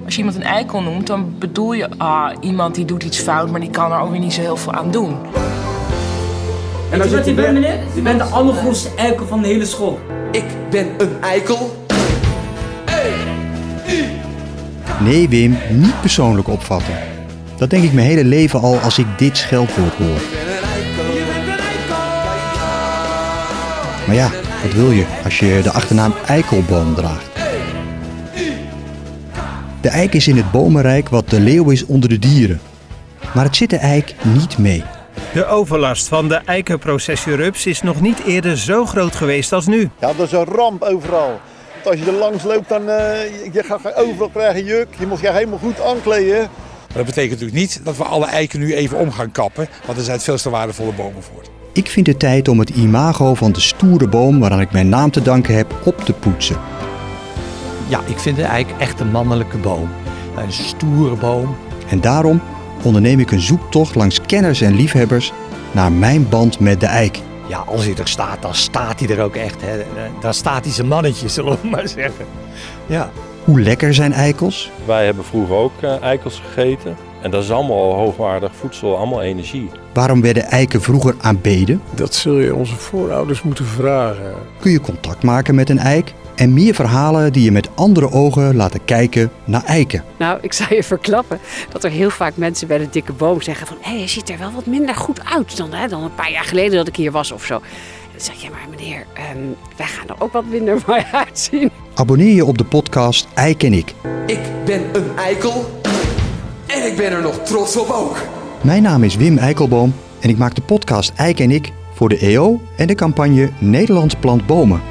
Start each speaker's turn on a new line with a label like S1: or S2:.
S1: Als je iemand een eikel noemt, dan bedoel je... iemand die doet iets fout, maar die kan er ook weer niet zo heel veel aan doen.
S2: En als je wat u bent, meneer? U bent de allergrootste eikel van de hele school.
S3: Ik ben een eikel.
S4: Nee, Wim, niet persoonlijk opvatten. Dat denk ik mijn hele leven al als ik dit scheldwoord hoor. Maar ja, wat wil je als je de achternaam Eikelboom draagt? De eik is in het bomenrijk wat de leeuw is onder de dieren. Maar het zit de eik niet mee.
S5: De overlast van de eikenprocessie-rups is nog niet eerder zo groot geweest als nu.
S6: Ja, dat is een ramp overal. Want als je er langs loopt, dan je gaat overal krijgen juk. Je moet je helemaal goed aankleden.
S7: Dat betekent natuurlijk niet dat we alle eiken nu even om gaan kappen. Want er zijn veel te waardevolle bomen voor.
S4: Ik vind het tijd om het imago van de stoere boom waaraan ik mijn naam te danken heb op te poetsen.
S8: Ja, ik vind de eik echt een mannelijke boom. Een stoere boom.
S4: En daarom onderneem ik een zoektocht langs kenners en liefhebbers naar mijn band met de eik.
S8: Ja, als hij er staat, dan staat hij er ook echt. Hè. Dan staat hij zijn mannetje, zullen we maar zeggen. Ja.
S4: Hoe lekker zijn eikels?
S9: Wij hebben vroeger ook eikels gegeten. En dat is allemaal hoogwaardig voedsel, allemaal energie.
S4: Waarom werden eiken vroeger aanbeden?
S10: Dat zul je onze voorouders moeten vragen.
S4: Kun je contact maken met een eik? En meer verhalen die je met andere ogen laten kijken naar eiken.
S11: Nou, ik zou je verklappen dat er heel vaak mensen bij de dikke boom zeggen van... hé, je ziet er wel wat minder goed uit dan een paar jaar geleden dat ik hier was of zo. En dan zeg je, maar meneer, wij gaan er ook wat minder mooi uitzien.
S4: Abonneer je op de podcast Eik en ik.
S3: Ik ben een eikel. En ik ben er nog trots op ook.
S4: Mijn naam is Wim Eikelboom en ik maak de podcast Eik en ik voor de EO en de campagne Nederland plant bomen.